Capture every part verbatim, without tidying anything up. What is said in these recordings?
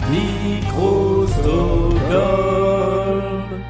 Micro-Stockholm.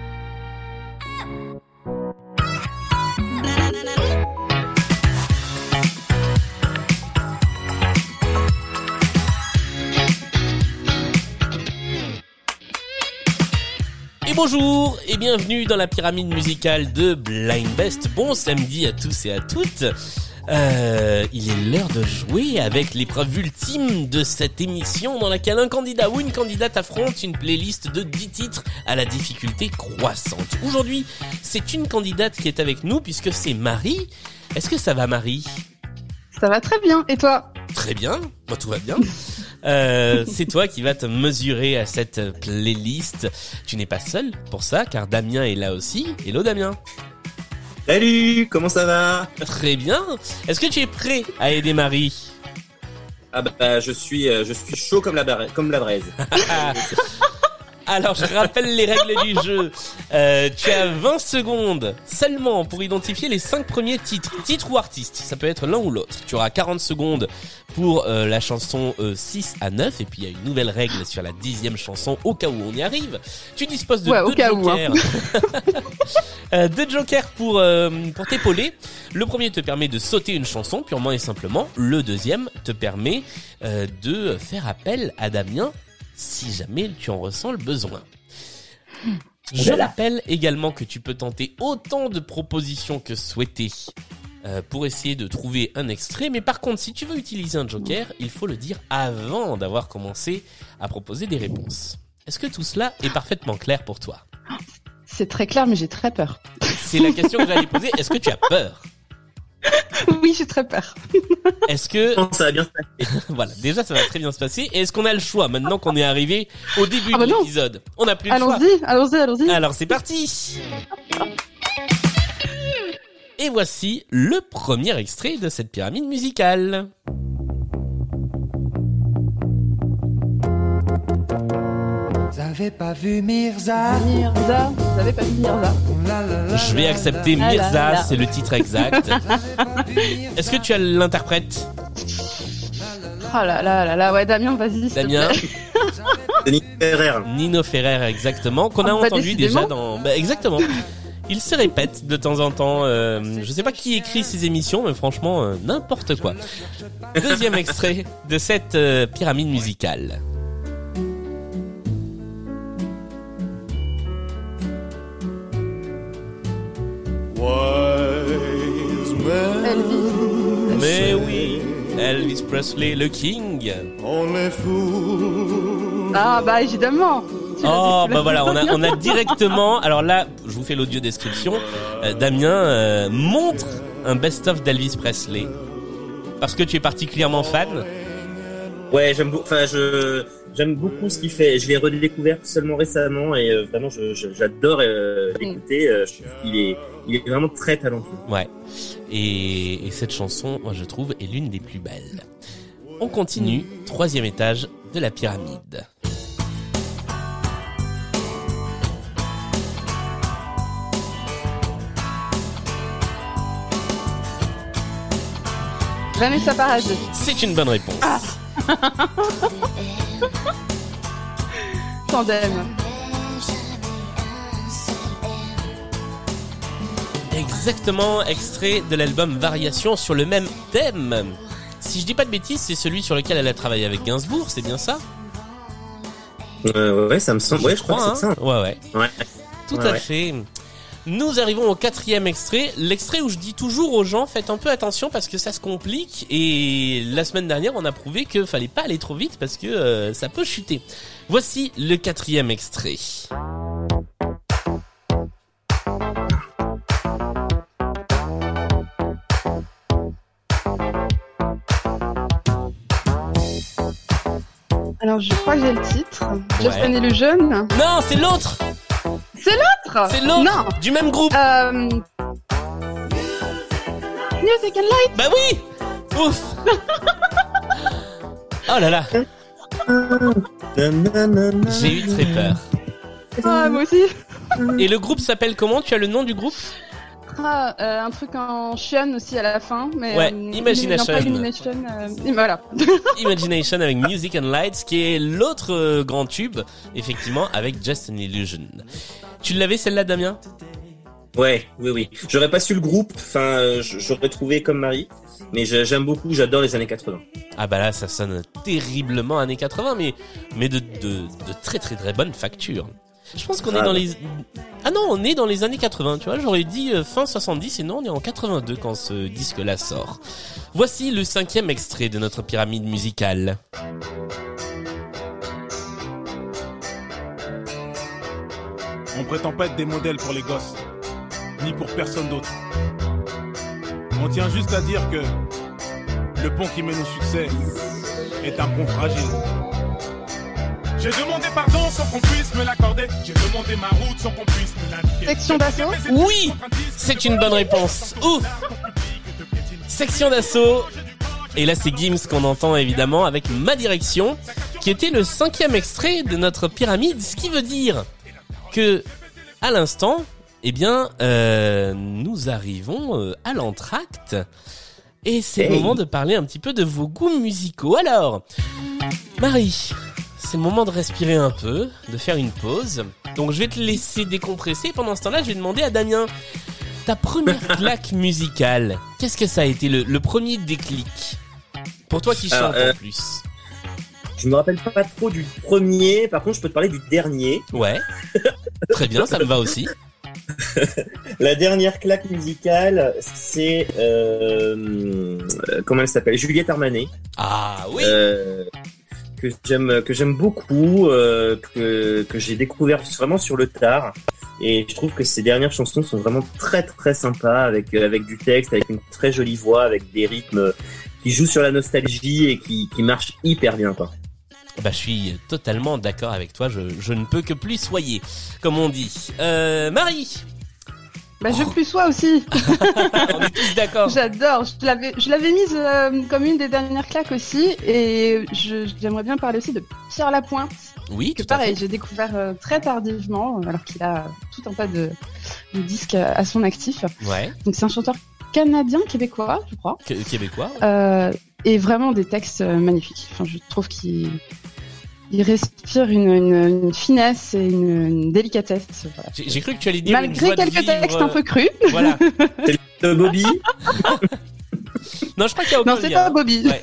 Et bonjour et bienvenue dans la pyramide musicale de Blind Best. Bon samedi à tous et à toutes. Euh, il est l'heure de jouer avec l'épreuve ultime de cette émission dans laquelle un candidat ou une candidate affronte une playlist de dix titres à la difficulté croissante. Aujourd'hui, c'est une candidate qui est avec nous puisque c'est Marie. Est-ce que ça va, Marie ? Ça va très bien, et toi ? Très bien, moi tout va bien. Euh, c'est toi qui vas te mesurer à cette playlist. Tu n'es pas seul pour ça, car Damien est là aussi. Hello Damien. Salut, comment ça va ? Très bien. Est-ce que tu es prêt à aider Marie ? Ah bah je suis euh, je suis chaud comme la braise, comme la braise. Alors, je rappelle les règles du jeu. Euh, tu as vingt secondes seulement pour identifier les cinq premiers titres. Titre ou artiste, ça peut être l'un ou l'autre. Tu auras quarante secondes pour euh, la chanson euh, six à neuf. Et puis, il y a une nouvelle règle sur la dixième chanson, au cas où on y arrive. Tu disposes de ouais, deux au cas jokers. Où, hein. euh, deux jokers pour, euh, pour t'épauler. Le premier te permet de sauter une chanson, purement et simplement. Le deuxième te permet euh, de faire appel à Damien, si jamais tu en ressens le besoin. Je rappelle également que tu peux tenter autant de propositions que souhaité euh, pour essayer de trouver un extrait. Mais par contre, si tu veux utiliser un joker, il faut le dire avant d'avoir commencé à proposer des réponses. Est-ce que tout cela est parfaitement clair pour toi ? C'est très clair, mais j'ai très peur. C'est la question que j'allais poser. Est-ce que tu as peur ? Oui, j'ai très peur. Est-ce que ça va bien se passer. Voilà, déjà ça va très bien se passer. Et est-ce qu'on a le choix maintenant qu'on est arrivé au début ah bah de non. l'épisode ? On n'a plus le allons-y, choix. Allons-y, allons-y, allons-y. Alors c'est parti. Et voici le premier extrait de cette pyramide musicale. Vous avez pas vu Mirza? Mirza, vous avez pas vu Mirza? Je vais accepter Ah là Mirza, là. c'est le titre exact. Est-ce que tu as l'interprète ? Oh là là là là, ouais, Damien, vas-y, s'il te Damien, plaît. Denis Ferrer. Nino Ferrer exactement, qu'on a Ah, bah, entendu décidément. déjà dans... Bah, exactement. Il se répète de temps en temps. Euh, je sais pas qui écrit ces émissions, mais franchement, euh, n'importe quoi. Deuxième extrait de cette euh, pyramide musicale. Elvis. Mais oui, Elvis Presley, le King. Ah bah évidemment. Tu l'as Oh dit, tu bah l'as voilà, dit. on a on a directement. Alors là, je vous fais l'audio description. Euh, Damien euh, montre un best-of d'Elvis Presley parce que tu es particulièrement fan. Ouais, j'aime beaucoup. Enfin, je j'aime beaucoup ce qu'il fait. Je l'ai redécouvert seulement récemment et euh, vraiment, je, je j'adore euh, l'écouter. Euh, je trouve qu'il est il est vraiment très talentueux. Ouais. Et, et cette chanson, moi je trouve, est l'une des plus belles. On continue, troisième étage de la pyramide. Vanessa Paradis. C'est une bonne réponse. Ah. Tandem. Exactement, extrait de l'album Variation sur le même thème. Si je dis pas de bêtises, c'est celui sur lequel elle a travaillé avec Gainsbourg, c'est bien ça ? Euh, ouais, ça me semble. Ouais, je crois, crois que c'est hein. ça. Ouais, ouais. Ouais. Tout Ouais, à ouais. fait. Nous arrivons au quatrième extrait, l'extrait où je dis toujours aux gens, faites un peu attention parce que ça se complique, et la semaine dernière on a prouvé qu'il fallait pas aller trop vite parce que euh, ça peut chuter. Voici le quatrième extrait. Alors je crois que j'ai le titre. Just Ouais. connais le jeune. Non, c'est l'autre. C'est l'autre. C'est l'autre. Non. Du même groupe. Euh... Music and Light. Bah oui. Ouf. Oh là là. J'ai eu très peur. Ah, moi aussi. Et le groupe s'appelle comment ? Tu as le nom du groupe ? Ah, euh, un truc en Shun aussi à la fin, mais Ouais, euh, Imagination. non, pas Illumination, euh, et voilà. Imagination avec Music and Lights, qui est l'autre euh, grand tube, effectivement, avec Just an Illusion. Tu l'avais celle-là, Damien? Ouais, oui, oui. J'aurais pas su le groupe, enfin, euh, j'aurais trouvé comme Marie, mais j'aime beaucoup, j'adore les années quatre-vingts. Ah bah là, ça sonne terriblement années quatre-vingts, mais mais de de, de très très très bonne facture. Je pense qu'on ah, est dans les... Ah non, on est dans les années quatre-vingts, tu vois, j'aurais dit euh, fin soixante-dix, et non, on est en quatre-vingt-deux quand ce disque-là sort. Voici le cinquième extrait de notre pyramide musicale. On prétend pas être des modèles pour les gosses, ni pour personne d'autre. On tient juste à dire que le pont qui mène au succès est un pont fragile. J'ai demandé pardon sans qu'on puisse me l'accorder. J'ai demandé ma route sans qu'on puisse me l'indiquer. Section d'assaut. Oui, c'est une bonne réponse. Ouf. Section d'assaut. Et là, c'est Gims qu'on entend évidemment avec Ma Direction, qui était le cinquième extrait de notre pyramide, ce qui veut dire que, à l'instant, eh bien, euh, nous arrivons euh, à l'entracte. Et c'est hey. le moment de parler un petit peu de vos goûts musicaux. Alors, Marie, c'est le moment de respirer un peu, de faire une pause. Donc je vais te laisser décompresser. Pendant ce temps-là, je vais demander à Damien, ta première claque musicale, qu'est-ce que ça a été le, le premier déclic pour toi qui chante euh, en plus? Je me rappelle pas trop du premier, par contre je peux te parler du dernier. Ouais, très bien, ça me va aussi. La dernière claque musicale, c'est euh, comment elle s'appelle, Juliette Armanet. Ah oui. Euh, que j'aime que j'aime beaucoup, euh, que que j'ai découvert vraiment sur le tard, et je trouve que ces dernières chansons sont vraiment très très sympas, avec avec du texte, avec une très jolie voix, avec des rythmes qui jouent sur la nostalgie et qui qui marchent hyper bien, quoi. Bah, je suis totalement d'accord avec toi, je je ne peux que plus soyer, comme on dit. Euh, Marie. Bah, je plus sois aussi. On est tous d'accord. J'adore. Je l'avais, je l'avais mise euh, comme une des dernières claques aussi, et je, j'aimerais bien parler aussi de Pierre Lapointe. Oui, que tout pareil, à fait. j'ai découvert euh, très tardivement, alors qu'il a tout un tas de, de disques à, à son actif. Ouais. Donc c'est un chanteur canadien, québécois, je crois. Qu- québécois. Ouais. Euh, et vraiment des textes euh, magnifiques. Enfin, je trouve qu'il il respire une, une, une finesse et une, une délicatesse. Voilà. J'ai, j'ai cru que tu allais dire malgré une joie quelques de vivre... textes un peu crus. Voilà. C'est le Bobby. Non, je crois qu'il y a aucun Non, c'est lien. pas Bobby. Ouais.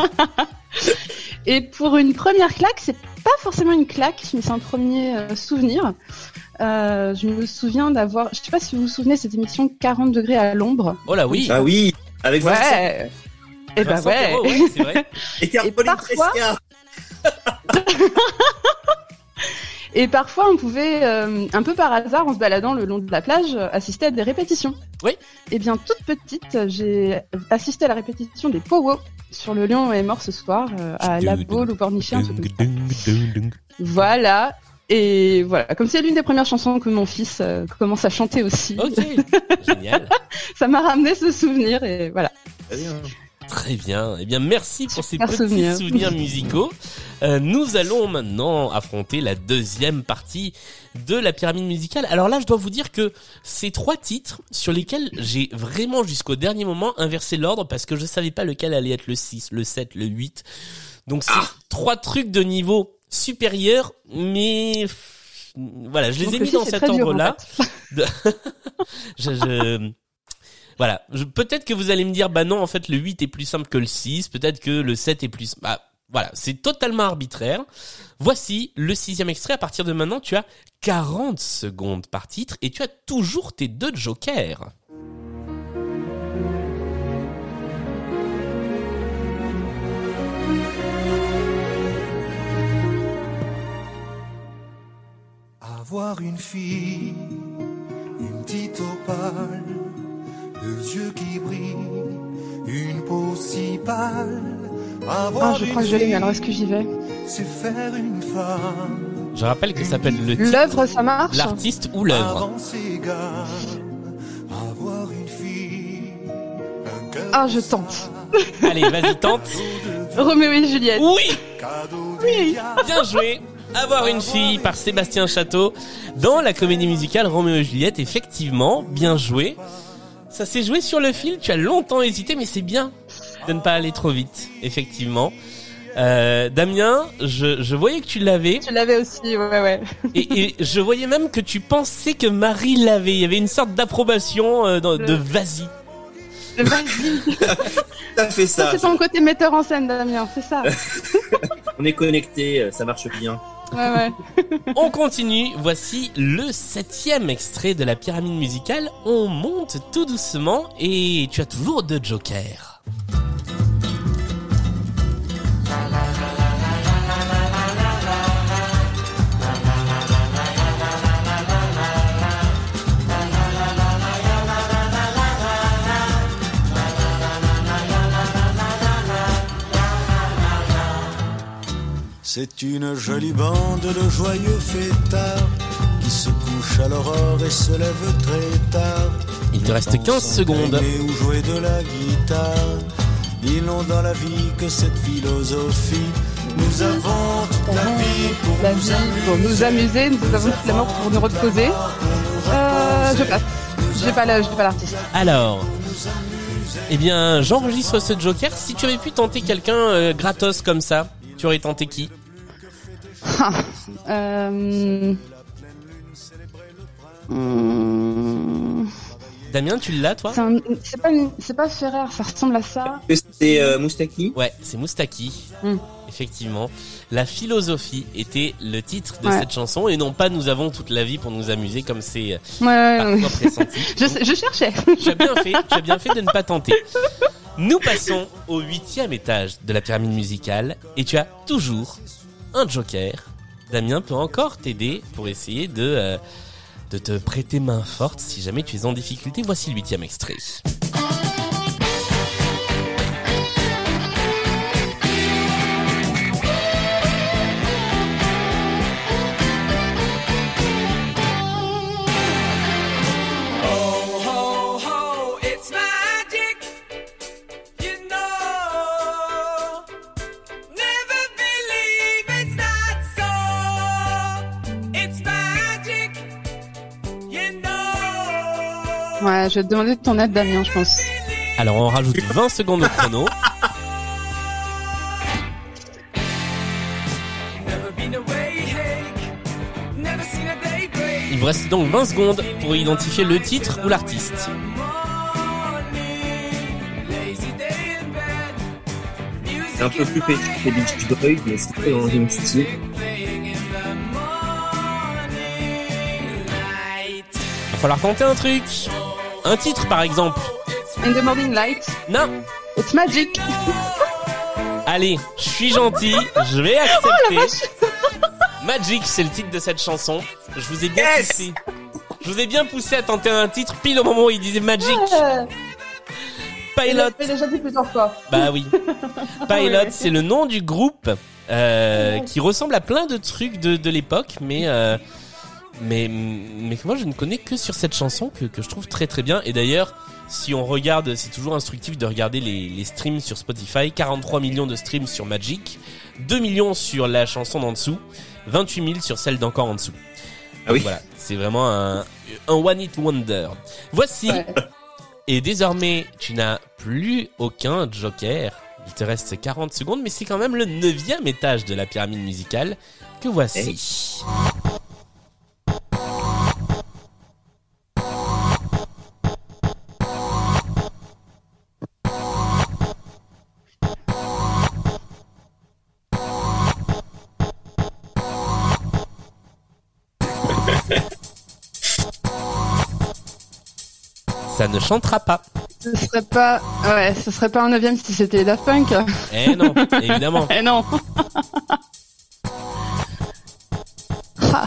Et pour une première claque, c'est pas forcément une claque, mais c'est un premier euh, souvenir. Euh, je me souviens d'avoir, je sais pas si vous vous souvenez, cette émission quarante degrés à l'ombre. Oh là oui. Ah oui, avec Vincent. Ouais. Et bah Vincent ouais. Perrault, ouais, c'est vrai. Et Caroline parfois- Tresca. Et parfois, on pouvait, euh, un peu par hasard, en se baladant le long de la plage, euh, assister à des répétitions. Oui. Et bien, toute petite, j'ai assisté à la répétition des Powo sur Le Lion est mort ce soir, euh, à La Baule ou Pornichet, un truc comme ça. Voilà. Et voilà, comme c'est l'une des premières chansons que mon fils euh, commence à chanter aussi. Ok, génial. Ça m'a ramené ce souvenir et voilà. Très bien. Très bien. Eh bien, merci pour ces Super petits souvenir. souvenirs musicaux. Euh, nous allons maintenant affronter la deuxième partie de la pyramide musicale. Alors là, je dois vous dire que ces trois titres sur lesquels j'ai vraiment jusqu'au dernier moment inversé l'ordre parce que je savais pas lequel allait être le six, le sept, le huit. Donc c'est ah. trois trucs de niveau supérieur, mais voilà, je les Donc ai le mis six, dans c'est cet très dur, ordre-là. en fait. De... je... je... Voilà, je, peut-être que vous allez me dire, bah non, en fait, le huit est plus simple que le six, peut-être que le sept est plus... Bah, voilà, c'est totalement arbitraire. Voici le sixième extrait. À partir de maintenant, tu as quarante secondes par titre et tu as toujours tes deux jokers. Avoir une fille, une petite opale, deux yeux qui brillent, une peau si pâle. Avoir Ah, je crois que je l'ai eu, alors est-ce que j'y vais? C'est faire une femme. Je rappelle que ça s'appelle le titre, L'œuvre, ça marche? l'artiste ou l'œuvre. Avoir une fille, un cœur. Ah, je tente. Allez, vas-y, tente. Roméo et Juliette. Oui, Oui. bien joué. Avoir une fille par Sébastien Château dans la comédie musicale Roméo et Juliette. Effectivement, bien joué. Ça s'est joué sur le fil, tu as longtemps hésité, mais c'est bien de ne pas aller trop vite, effectivement. Euh, Damien, je, je voyais que tu l'avais. Tu l'avais aussi, ouais, ouais. Et, et je voyais même que tu pensais que Marie l'avait. Il y avait une sorte d'approbation euh, de, Le... de vas-y. De vas-y. T'as fait ça. ça c'est ton côté metteur en scène, Damien, c'est ça. On est connectés, ça marche bien. Ouais, ouais. On continue. Voici le septième extrait de la pyramide musicale. On monte tout doucement et tu as toujours deux jokers. C'est une jolie bande de joyeux fêtards qui se couchent à l'aurore et se lèvent très tard. Il te reste quinze secondes. Ou jouer de la guitare. Ils n'ont dans la vie que cette philosophie. Nous avons toute la vie pour, la nous, vie amuser, pour nous amuser, nous avons toute la mort pour nous reposer. Euh, je passe. J'ai pas la, j'ai pas l'artiste. Alors, eh bien, j'enregistre ce joker. Si tu avais pu tenter quelqu'un euh, gratos comme ça, tu aurais tenté qui? Ah, euh... Hum... Damien, tu l'as, toi? C'est, un... c'est pas une... c'est pas Ferrer, ça ressemble à ça. C'est euh, Moustaki. Ouais, c'est Moustaki. Mm. Effectivement. La philosophie était le titre de ouais. cette chanson et non pas nous avons toute la vie pour nous amuser comme c'est ouais, ouais, parfois ouais. pressenti. je, je cherchais. Tu as bien fait, tu as bien fait de ne pas tenter. Nous passons au huitième étage de la pyramide musicale et tu as toujours un joker. Damien peut encore t'aider pour essayer de, euh, de te prêter main forte si jamais tu es en difficulté. Voici le huitième extrait. Ouais, je vais te demander de ton aide, Damien, je pense. Alors, on rajoute vingt secondes au chrono. Il vous reste donc vingt secondes pour identifier le titre ou l'artiste. C'est un peu plus pété que les Beach Boys, mais c'est très dans le même style. Il va falloir tenter un truc. Un titre, par exemple. In the Morning Light. Non. It's Magic. Allez, je suis gentil, je vais accepter. Magic, c'est le titre de cette chanson. Je vous ai bien yes poussé. Je vous ai bien poussé à tenter un titre pile au moment où il disait Magic. Ouais. Pilot. Je l'ai déjà dit plusieurs fois. Bah oui. Pilot, ouais. c'est le nom du groupe euh, qui ressemble à plein de trucs de, de l'époque, mais euh, mais mais que moi je ne connais que sur cette chanson que que je trouve très très bien. Et d'ailleurs, si on regarde, c'est toujours instructif de regarder les les streams sur Spotify. quarante-trois millions de streams sur Magic, deux millions sur la chanson d'en dessous, vingt-huit mille sur celle d'encore en dessous. Ah oui. Voilà, c'est vraiment un un one hit wonder. Voici. Ouais. Et désormais, tu n'as plus aucun joker. Il te reste quarante secondes, mais c'est quand même le neuvième étage de la pyramide musicale que voici. Hey. Ça ne chantera pas. Ce serait pas, ouais, ce serait pas un neuvième si c'était les Daft Punk. Eh non, évidemment. Eh non. Ah.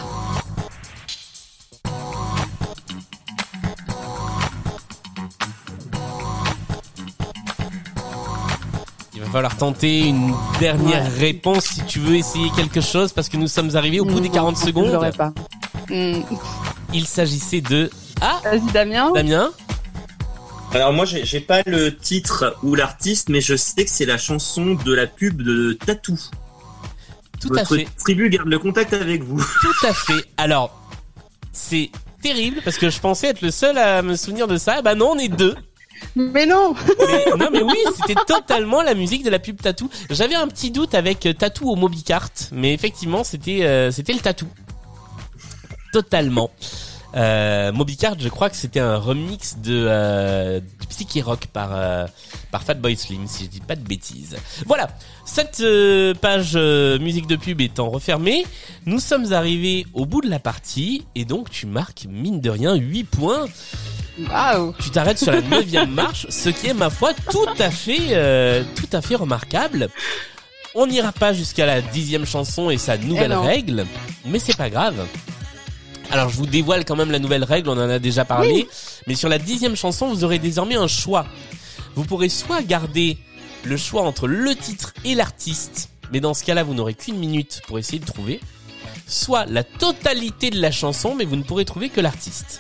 Il va falloir tenter une dernière ouais. réponse si tu veux essayer quelque chose parce que nous sommes arrivés au bout mmh, des quarante secondes. Je l'aurais pas. Mmh. Il s'agissait de... Ah, vas-y Damien. Damien. Alors moi j'ai, j'ai pas le titre ou l'artiste, mais je sais que c'est la chanson de la pub de Tattoo. Tout Votre à fait. Tribu garde le contact avec vous. Tout à fait. Alors, c'est terrible parce que je pensais être le seul à me souvenir de ça. Bah non, on est deux. Mais non. Mais, non mais oui, c'était totalement la musique de la pub Tatou. J'avais un petit doute avec Tatou au Mobicart, mais effectivement c'était euh, c'était le Tatou. Totalement. Euh, Mobicart, je crois que c'était un remix de euh, du Psyché Rock par euh, par Fatboy Slim, si je dis pas de bêtises. Voilà, cette euh, page euh, musique de pub étant refermée, nous sommes arrivés au bout de la partie et donc tu marques mine de rien huit points. Waouh. Tu t'arrêtes sur la neuvième marche, ce qui est ma foi tout à fait euh, tout à fait remarquable. On n'ira pas jusqu'à la dixième chanson et sa nouvelle Eh règle, mais c'est pas grave. Alors je vous dévoile quand même la nouvelle règle, on en a déjà parlé, oui. Mais sur la dixième chanson, vous aurez désormais un choix. Vous pourrez soit garder le choix entre le titre et l'artiste, mais dans ce cas-là, vous n'aurez qu'une minute pour essayer de trouver, soit la totalité de la chanson, mais vous ne pourrez trouver que l'artiste.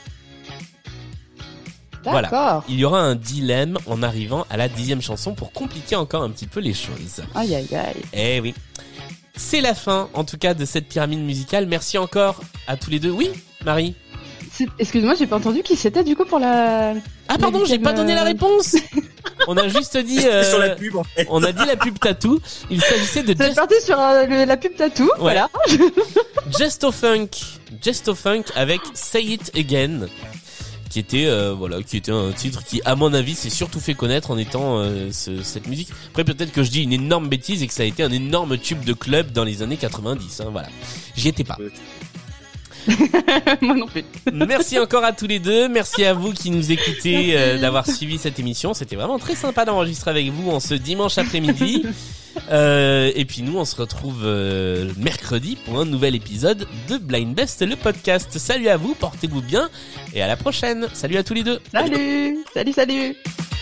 D'accord. Voilà. Il y aura un dilemme en arrivant à la dixième chanson pour compliquer encore un petit peu les choses. Aïe aïe aïe. Eh oui. C'est la fin, en tout cas, de cette pyramide musicale. Merci encore à tous les deux. Oui, Marie? C'est... Excuse-moi, j'ai pas entendu qui c'était du coup pour la... Ah pardon, la j'ai pas donné la réponse. On a juste dit... Euh... sur la pub, en fait. On a dit la pub Tatou. Il s'agissait de... C'est Just... parti sur euh, le, la pub Tatou, ouais. Voilà. Gesto Funk. Gesto Funk avec Say It Again. Qui était euh, voilà, qui était un titre qui, à mon avis, s'est surtout fait connaître en étant euh, ce, cette musique. Après, peut-être que je dis une énorme bêtise et que ça a été un énorme tube de club dans les années quatre-vingt-dix. Hein, voilà, j'y étais pas. Moi non plus. Merci encore à tous les deux. Merci à vous qui nous écoutez euh, d'avoir suivi cette émission. C'était vraiment très sympa d'enregistrer avec vous en ce dimanche après-midi. Euh, et puis nous, on se retrouve euh, mercredi pour un nouvel épisode de Blind Best, le podcast. Salut à vous, portez-vous bien et à la prochaine. Salut à tous les deux. Salut, salut, salut.